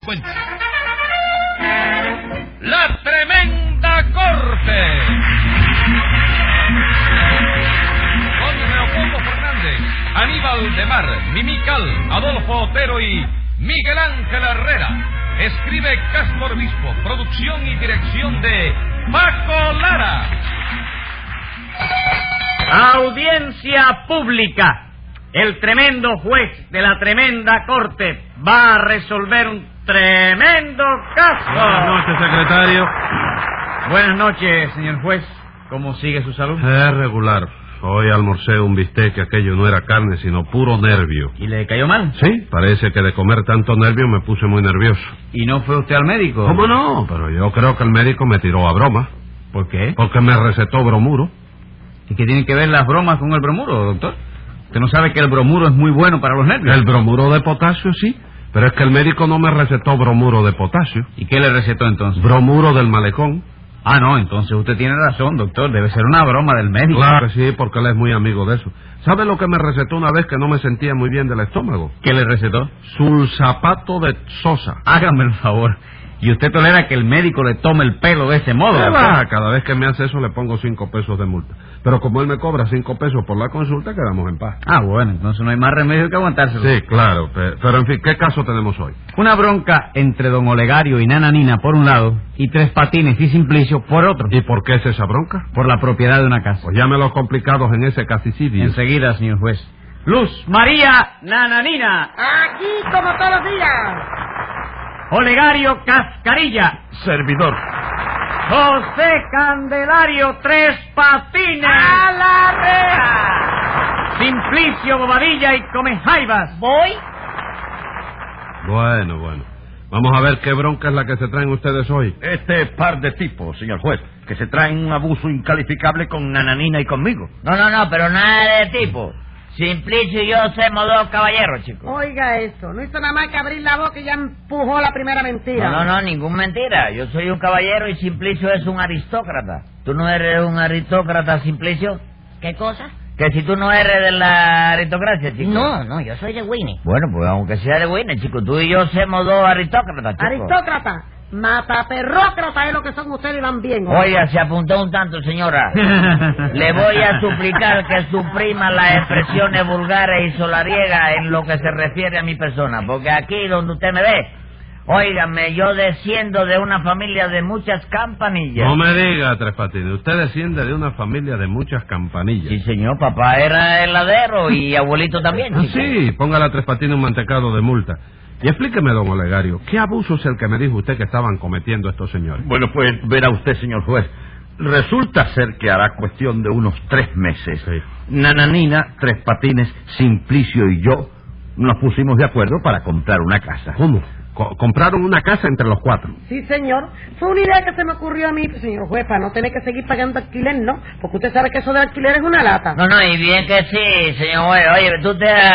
delincuente. La Tremenda Corte. Con Leopoldo Fernández, Aníbal de Mar, Mimical, Adolfo Otero y Miguel Ángel Herrera. Escribe Castro Obispo. Producción y dirección de Paco Lara. Audiencia pública. El tremendo juez de la tremenda corte va a resolver un tremendo caso. Buenas noches, secretario. Buenas noches, señor juez. ¿Cómo sigue su salud? Es regular. Hoy almorcé un bistec que aquello no era carne, sino puro nervio. ¿Y le cayó mal? Sí, parece que de comer tanto nervio me puse muy nervioso. ¿Y no fue usted al médico? ¿Cómo no? Pero yo creo que el médico me tiró a broma. ¿Por qué? Porque me recetó bromuro. ¿Y qué tienen que ver las bromas con el bromuro, doctor? ¿Usted no sabe que el bromuro es muy bueno para los nervios? El bromuro de potasio, sí. Pero es que el médico no me recetó bromuro de potasio. ¿Y qué le recetó entonces? Bromuro del malecón. Ah, no, entonces usted tiene razón, doctor. Debe ser una broma del médico. Claro que sí, porque él es muy amigo de eso. ¿Sabe lo que me recetó una vez que no me sentía muy bien del estómago? ¿Qué le recetó? Sulsapato de sosa. Hágame el favor. ¿Y usted tolera que el médico le tome el pelo de ese modo? ¿Qué va? Cada vez que me hace eso le pongo 5 pesos de multa. Pero como él me cobra 5 pesos por la consulta, quedamos en paz. Ah, bueno, entonces no hay más remedio que aguantárselo. Sí, claro. Pero en fin, ¿qué caso tenemos hoy? Una bronca entre don Olegario y Nananina por un lado y Tres Patines y Simplicio por otro. ¿Y por qué es esa bronca? Por la propiedad de una casa. Pues llame los complicados en ese casicidio. Enseguida, señor juez. Luz María Nananina. Aquí como todos los días. Olegario Cascarilla. Servidor. José Candelario Tres Patines. ¡A la reja! Simplicio Bobadilla y Comejaivas. ¿Voy? Bueno. Vamos a ver qué bronca es la que se traen ustedes hoy. Este par de tipos, señor juez, que se traen un abuso incalificable con Nananina y conmigo. No, pero nada de tipo. Simplicio y yo somos dos caballeros, chicos. Oiga eso, no hizo nada más que abrir la boca y ya empujó la primera mentira. No, ninguna mentira. Yo soy un caballero y Simplicio es un aristócrata. ¿Tú no eres un aristócrata, Simplicio? ¿Qué cosa? Que si tú no eres de la aristocracia, chico. No, yo soy de Winnie. Bueno, pues aunque sea de Winnie, chico, tú y yo somos dos aristócratas, chico. Aristócrata, mataperrócrata es lo que son ustedes y van bien. Oiga, se apuntó un tanto, señora. Le voy a suplicar que suprima las expresiones vulgares y solariegas en lo que se refiere a mi persona, porque aquí donde usted me ve, óigame, yo desciendo de una familia de muchas campanillas. No me diga, Tres Patines, usted desciende de una familia de muchas campanillas. Sí, señor, papá era heladero y abuelito también, chico. Sí, póngale a Tres Patines un mantecado de multa. Y explíqueme, don Olegario, ¿qué abuso es el que me dijo usted que estaban cometiendo estos señores? Bueno, pues verá usted, señor juez. Resulta ser que hará cuestión de unos 3 meses. Sí. Nananina, Tres Patines, Simplicio y yo nos pusimos de acuerdo para comprar una casa. ¿Cómo? Compraron una casa entre los 4. Sí, señor. Fue una idea que se me ocurrió a mí, señor juez, para no tener que seguir pagando alquiler, ¿no? Porque usted sabe que eso del alquiler es una lata. No, y bien que sí, señor juez. Oye, tú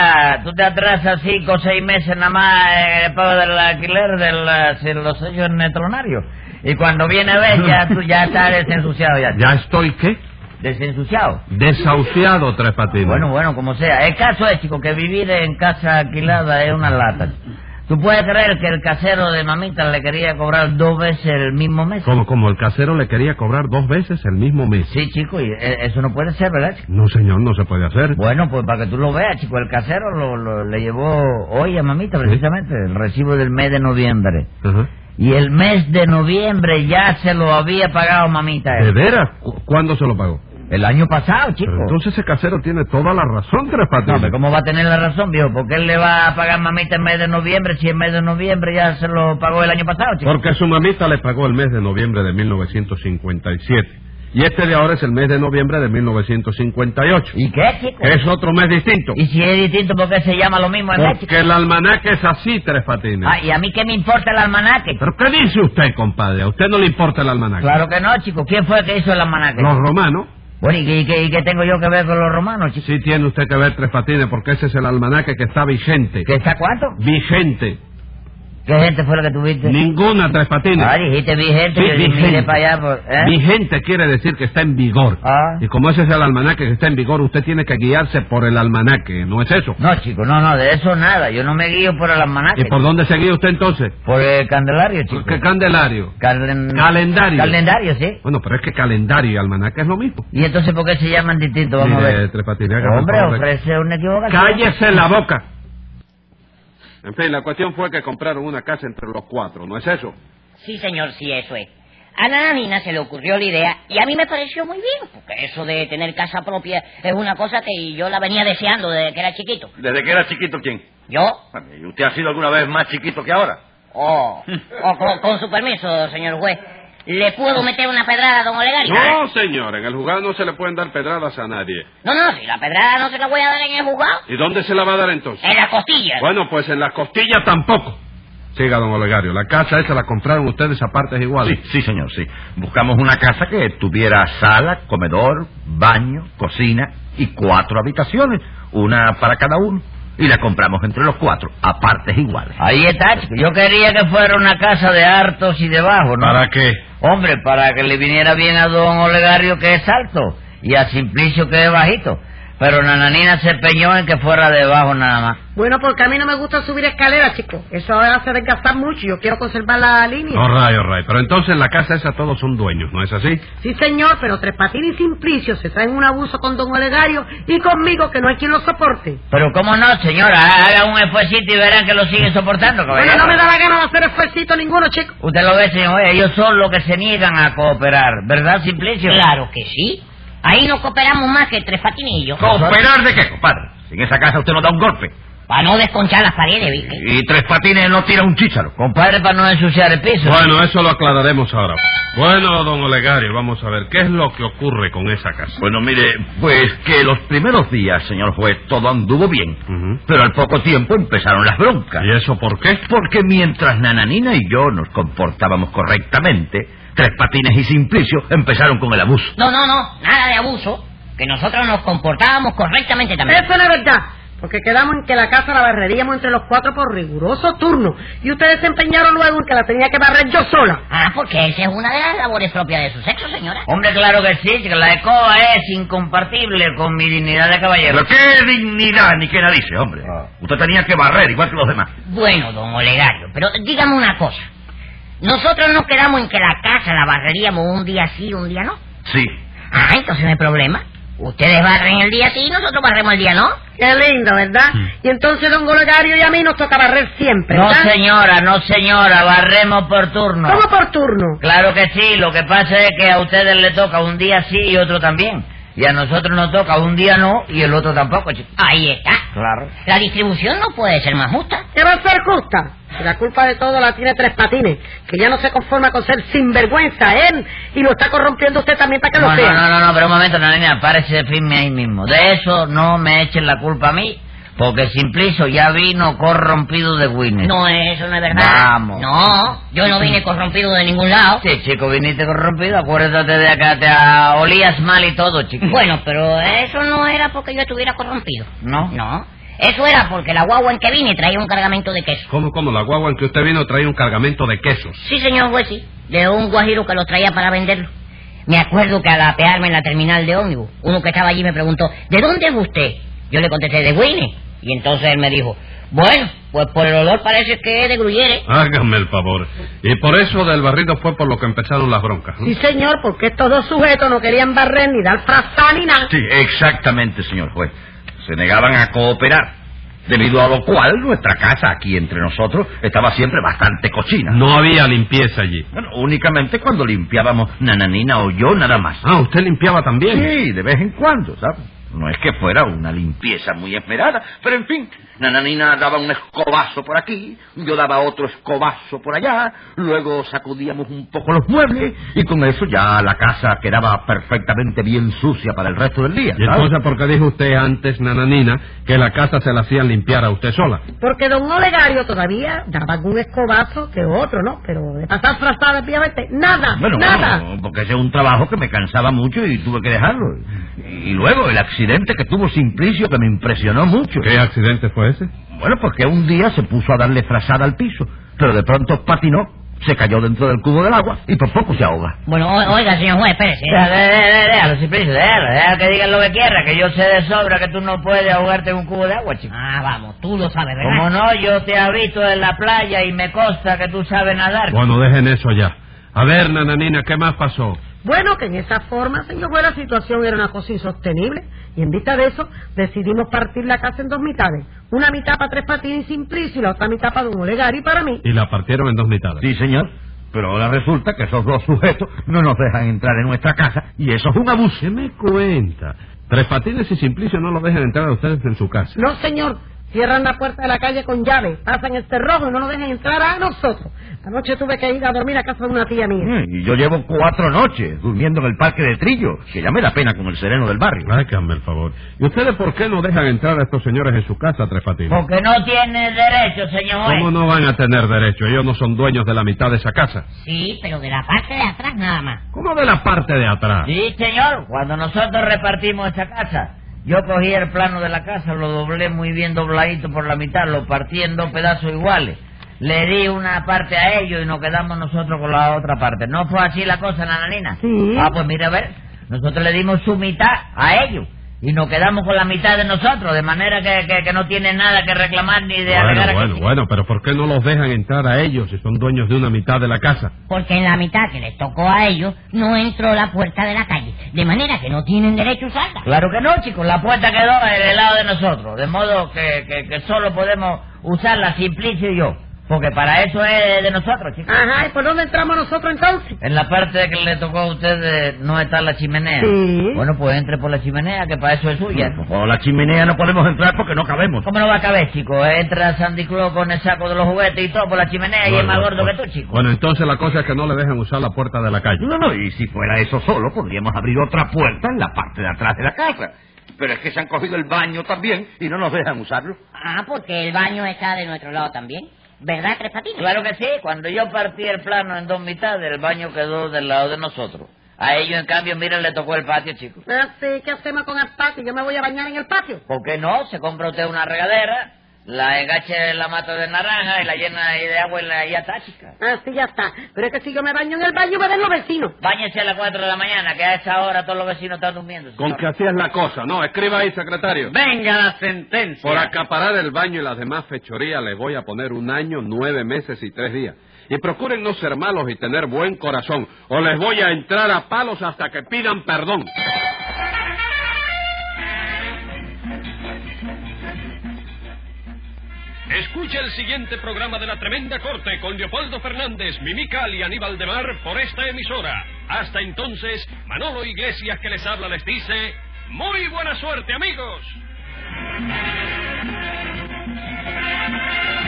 te atrasas 5 o 6 meses nada más en el pago del alquiler de los sellos netronarios. Y cuando viene a ver, ya tú ya estás desensuciado ya. ¿Ya estoy qué? ¿Desensuciado? Desahuciado, Tres Patines. Bueno, como sea. El caso es, chico, que vivir en casa alquilada es una lata. ¿Tú puedes creer que el casero de mamita le quería cobrar 2 veces el mismo mes? ¿Cómo el casero le quería cobrar 2 veces el mismo mes? Sí, chico, y eso no puede ser, ¿verdad, chico? No, señor, no se puede hacer. Bueno, pues para que tú lo veas, chico, el casero le llevó hoy a mamita, precisamente, el recibo del mes de noviembre. Ajá. Y el mes de noviembre ya se lo había pagado mamita. ¿De veras? ¿Cuándo se lo pagó? El año pasado, chico. Pero entonces ese casero tiene toda la razón, Tres No, Patines. pero ¿cómo va a tener la razón, viejo? ¿Por qué él le va a pagar mamita el mes de noviembre si el mes de noviembre ya se lo pagó el año pasado, chico? Porque su mamita le pagó el mes de noviembre de 1957. Y este de ahora es el mes de noviembre de 1958. ¿Y qué, chico? Es otro mes distinto. ¿Y si es distinto, por qué se llama lo mismo el mes, chico? Porque el almanaque es así, Tres Patines. Ah, ¿y a mí qué me importa el almanaque? ¿Pero qué dice usted, compadre? ¿A usted no le importa el almanaque? Claro que no, chico. ¿Quién fue el que hizo el almanaque? Los romanos. Bueno, ¿y qué tengo yo que ver con los romanos, chico? Sí tiene usted que ver, Tres Patines, porque ese es el almanaque que está vigente. ¿Que está cuánto? Vigente. ¿Qué gente fue la que tuviste? Ninguna, Tres Patines. Ah, dijiste vigente, Sí, yo vigente. miré para allá. Vigente quiere decir que está en vigor. Ah. Y como ese es el almanaque que está en vigor, usted tiene que guiarse por el almanaque, ¿no es eso? No, chico, no, de eso nada. Yo no me guío por el almanaque. ¿Y por dónde se guía usted entonces? Por el candelario, chico. ¿Qué candelario? Calendario. Calendario, sí. Bueno, pero es que calendario y almanaque es lo mismo. ¿Y entonces por qué se llaman distintos? Vamos a Mire, ver. Tres Patines, hágame el Hombre, favor de- ofrece una equivocación. ¡Cállese la boca! En fin, la cuestión fue que compraron una casa entre los cuatro, ¿no es eso? Sí, señor, sí, eso es. A Nananina se le ocurrió la idea y a mí me pareció muy bien, porque eso de tener casa propia es una cosa que yo la venía deseando desde que era chiquito. ¿Desde que era chiquito quién? ¿Yo? ¿Y usted ha sido alguna vez más chiquito que ahora? Con su permiso, señor juez, ¿le puedo meter una pedrada a don Olegario? No, señor, en el juzgado no se le pueden dar pedradas a nadie. No, si la pedrada no se la voy a dar en el juzgado, ¿Y dónde se la va a dar entonces? en la costilla. Bueno, pues en las costillas tampoco. Siga, don Olegario, la casa esa la compraron ustedes a partes iguales. Sí, señor, sí. Buscamos una casa que tuviera sala, comedor, baño, cocina y 4 habitaciones, una para cada uno. Y la compramos entre los 4, a partes iguales. Ahí está, chico. Yo quería que fuera una casa de hartos y de bajos, ¿no? ¿Para qué? Hombre, para que le viniera bien a don Olegario, que es alto, y a Simplicio, que es bajito. Pero Nananina se empeñó en que fuera de bajo nada más. Bueno, porque a mí no me gusta subir escaleras, chicos. Eso hace desgastar mucho y yo quiero conservar la línea. All right. Pero entonces en la casa esa todos son dueños, ¿no es así? Sí, señor, pero Tres Patines y Simplicio se traen un abuso con don Olegario y conmigo, que no hay quien lo soporte. Pero cómo no, señora, haga un esfuercito y verán que lo siguen soportando, caballero. Bueno, no me da la gana de hacer esfuercito ninguno, chicos. Usted lo ve, señor, ellos son los que se niegan a cooperar, ¿verdad, Simplicio? Claro que sí. Ahí nos cooperamos más que Tres Patines y yo. ¿Cooperar de qué, compadre? Si en esa casa usted no da un golpe. Para no desconchar las paredes, ¿viste? Y Tres Patines no tira un chícharo. Compadre, para no ensuciar el piso. Bueno, eso lo aclararemos ahora. Bueno, don Olegario, vamos a ver, ¿qué es lo que ocurre con esa casa? Bueno, mire, pues que los primeros días, señor juez, todo anduvo bien. Ujú. Pero al poco tiempo empezaron las broncas. ¿Y eso por qué? Porque mientras Nananina y yo nos comportábamos correctamente, Tres Patines y Simplicio empezaron con el abuso. No, nada de abuso. Que nosotros nos comportábamos correctamente también. Eso no es verdad. Porque quedamos en que la casa la barreríamos entre los 4 por riguroso turno. Y ustedes se empeñaron luego en que la tenía que barrer yo sola. Porque esa es una de las labores propias de su sexo, señora. Hombre, claro que sí, que la escoba es incompatible con mi dignidad de caballero. Pero qué dignidad ni qué narices, hombre. Usted tenía que barrer igual que los demás. Bueno, don Olegario, pero dígame una cosa. Nosotros nos quedamos en que la casa la barreríamos un día sí, un día no. Sí. Entonces no hay problema. Ustedes barren el día sí y nosotros barremos el día no. Qué lindo, ¿verdad? Y entonces don Olegario y a mí nos toca barrer siempre, No, ¿verdad? señora, barremos por turno. ¿Cómo por turno? Claro que sí, lo que pasa es que a ustedes les toca un día sí y otro también. Y a nosotros nos toca un día no y el otro tampoco, chico. Ahí está. Claro. La distribución no puede ser más justa. ¿Qué va a ser justa? Si la culpa de todo la tiene Tres Patines, que ya no se conforma con ser sinvergüenza él, y lo está corrompiendo usted también para que lo sea. No, pero un momento, Nananina, párese firme ahí mismo. De eso no me echen la culpa a mí, porque Simplicio ya vino corrompido de Winnie. No, eso no es verdad. Vamos. No, yo no vine corrompido de ningún lado. Sí, chico, viniste corrompido, acuérdate de que te olías mal y todo, chico. Bueno, pero eso no era porque yo estuviera corrompido. ¿No? No. Eso era porque la guagua en que vine traía un cargamento de queso. ¿Cómo? La guagua en que usted vino trae un cargamento de quesos. Sí, señor juez, sí. De un guajiro que los traía para venderlo. Me acuerdo que al apearme en la terminal de ómnibus, uno que estaba allí me preguntó, ¿de dónde es usted? Yo le contesté, de Winnie. Y entonces él me dijo, bueno, pues por el olor parece que es de Gruyere. Hágame el favor. Y por eso del barrido fue por lo que empezaron las broncas, ¿no? Sí, señor, porque estos dos sujetos no querían barrer ni dar frazán ni nada. Sí, exactamente, señor juez. Se negaban a cooperar. Debido a lo cual nuestra casa aquí entre nosotros estaba siempre bastante cochina. No había limpieza allí. Bueno, únicamente cuando limpiábamos Nananina o yo nada más. ¿Usted limpiaba también? Sí, de vez en cuando, ¿sabes? No es que fuera una limpieza muy esmerada, pero en fin, Nananina daba un escobazo por aquí, yo daba otro escobazo por allá, luego sacudíamos un poco los muebles y con eso ya la casa quedaba perfectamente bien sucia para el resto del día. ¿Y ¿sabes? entonces por qué dijo usted antes, Nananina, que la casa se la hacían limpiar a usted sola? Porque don Olegario todavía daba algún escobazo que otro, ¿no? Pero de pasar frazada, obviamente, nada, Bueno, nada. porque ese es un trabajo que me cansaba mucho y tuve que dejarlo. Y luego el accidente accidente que tuvo Simplicio que me impresionó mucho. ¿Qué accidente fue ese? Bueno, porque un día se puso a darle frazada al piso, pero de pronto patinó, se cayó dentro del cubo del agua y por poco se ahoga. Bueno, oiga, señor juez, espérese. Déjalo, Simplicio, déjalo que digan lo que quiera, que yo sé de sobra que tú no puedes ahogarte en un cubo de agua, chico. Ah, vamos, tú lo sabes, ¿verdad? Como no, yo te he visto en la playa y me consta que tú sabes nadar. Bueno, dejen eso ya. A ver, nananina, ¿qué más pasó? Bueno, que en esa forma, señor juez, la situación era una cosa insostenible. Y en vista de eso, decidimos partir la casa en dos mitades. Una mitad para Tres Patines y Simplicio y la otra mitad para don Olegario y para mí. Y la partieron en dos mitades. Sí, señor. Pero ahora resulta que esos dos sujetos no nos dejan entrar en nuestra casa y eso es un abuso. ¿Qué me cuenta? Tres Patines y Simplicio no los dejan entrar a ustedes en su casa. No, señor. Cierran la puerta de la calle con llave, pasan el cerrojo y no nos dejan entrar a nosotros. Anoche tuve que ir a dormir a casa de una tía mía. Y yo llevo 4 noches durmiendo en el parque de Trillo, que ya me da pena con el sereno del barrio. Háganme el favor. ¿Y ustedes por qué no dejan entrar a estos señores en su casa, Tres Patines? Porque no tiene derecho, señor juez. ¿Cómo no van a tener derecho? Ellos no son dueños de la mitad de esa casa. Sí, pero de la parte de atrás nada más. ¿Cómo de la parte de atrás? Sí, señor, cuando nosotros repartimos esa casa, yo cogí el plano de la casa, lo doblé muy bien dobladito por la mitad, lo partí en 2 pedazos iguales. Le di una parte a ellos y nos quedamos nosotros con la otra parte. ¿No fue así la cosa, nananina? Sí. Ah, pues mira, a ver, nosotros le dimos su mitad a ellos y nos quedamos con la mitad de nosotros, de manera que no tienen nada que reclamar ni de alegar aquí. Bueno, pero ¿por qué no los dejan entrar a ellos si son dueños de una mitad de la casa? Porque en la mitad que les tocó a ellos no entró la puerta de la calle, de manera que no tienen derecho a usarla. Claro que no, chicos, la puerta quedó en el lado de nosotros, de modo que solo podemos usarla Simplicio y yo. Porque para eso es de nosotros, chicos. Ajá, ¿y por dónde entramos nosotros entonces? En la parte que le tocó a usted no está la chimenea. Sí. Bueno, pues entre por la chimenea, que para eso es suya. Por la chimenea no podemos entrar porque no cabemos. ¿Cómo no va a caber, chico? Entra Sandy Claus con el saco de los juguetes y todo por la chimenea y es más gordo que tú, chico. Bueno, entonces la cosa es que no le dejan usar la puerta de la calle. No, y si fuera eso solo, podríamos abrir otra puerta en la parte de atrás de la casa. Pero es que se han cogido el baño también y no nos dejan usarlo. Ah, porque el baño está de nuestro lado también. ¿Verdad, Tres Patines? Claro que sí. Cuando yo partí el plano en 2 mitades, el baño quedó del lado de nosotros. A ellos, en cambio, miren, le tocó el patio, chicos. Ah, sí, ¿qué hacemos con el patio? Yo me voy a bañar en el patio. ¿Por qué no? Se compra usted una regadera, la enganche en la mata de naranja y la llena ahí de agua y ya está, chica. Ah, sí, ya está. Pero es que si yo me baño en el baño, me ven los vecinos. Báñese a las 4 de la mañana, que a esa hora todos los vecinos están durmiendo. Con señor. que así es la cosa, ¿no? Escriba ahí, secretario. Venga la sentencia. Por acaparar el baño y las demás fechorías les voy a poner 1 año, 9 meses y 3 días. Y procuren no ser malos y tener buen corazón, o les voy a entrar a palos hasta que pidan perdón. Escucha el siguiente programa de La Tremenda Corte con Leopoldo Fernández, Mimical y Aníbal de Mar por esta emisora. Hasta entonces, Manolo Iglesias que les habla les dice, ¡muy buena suerte, amigos!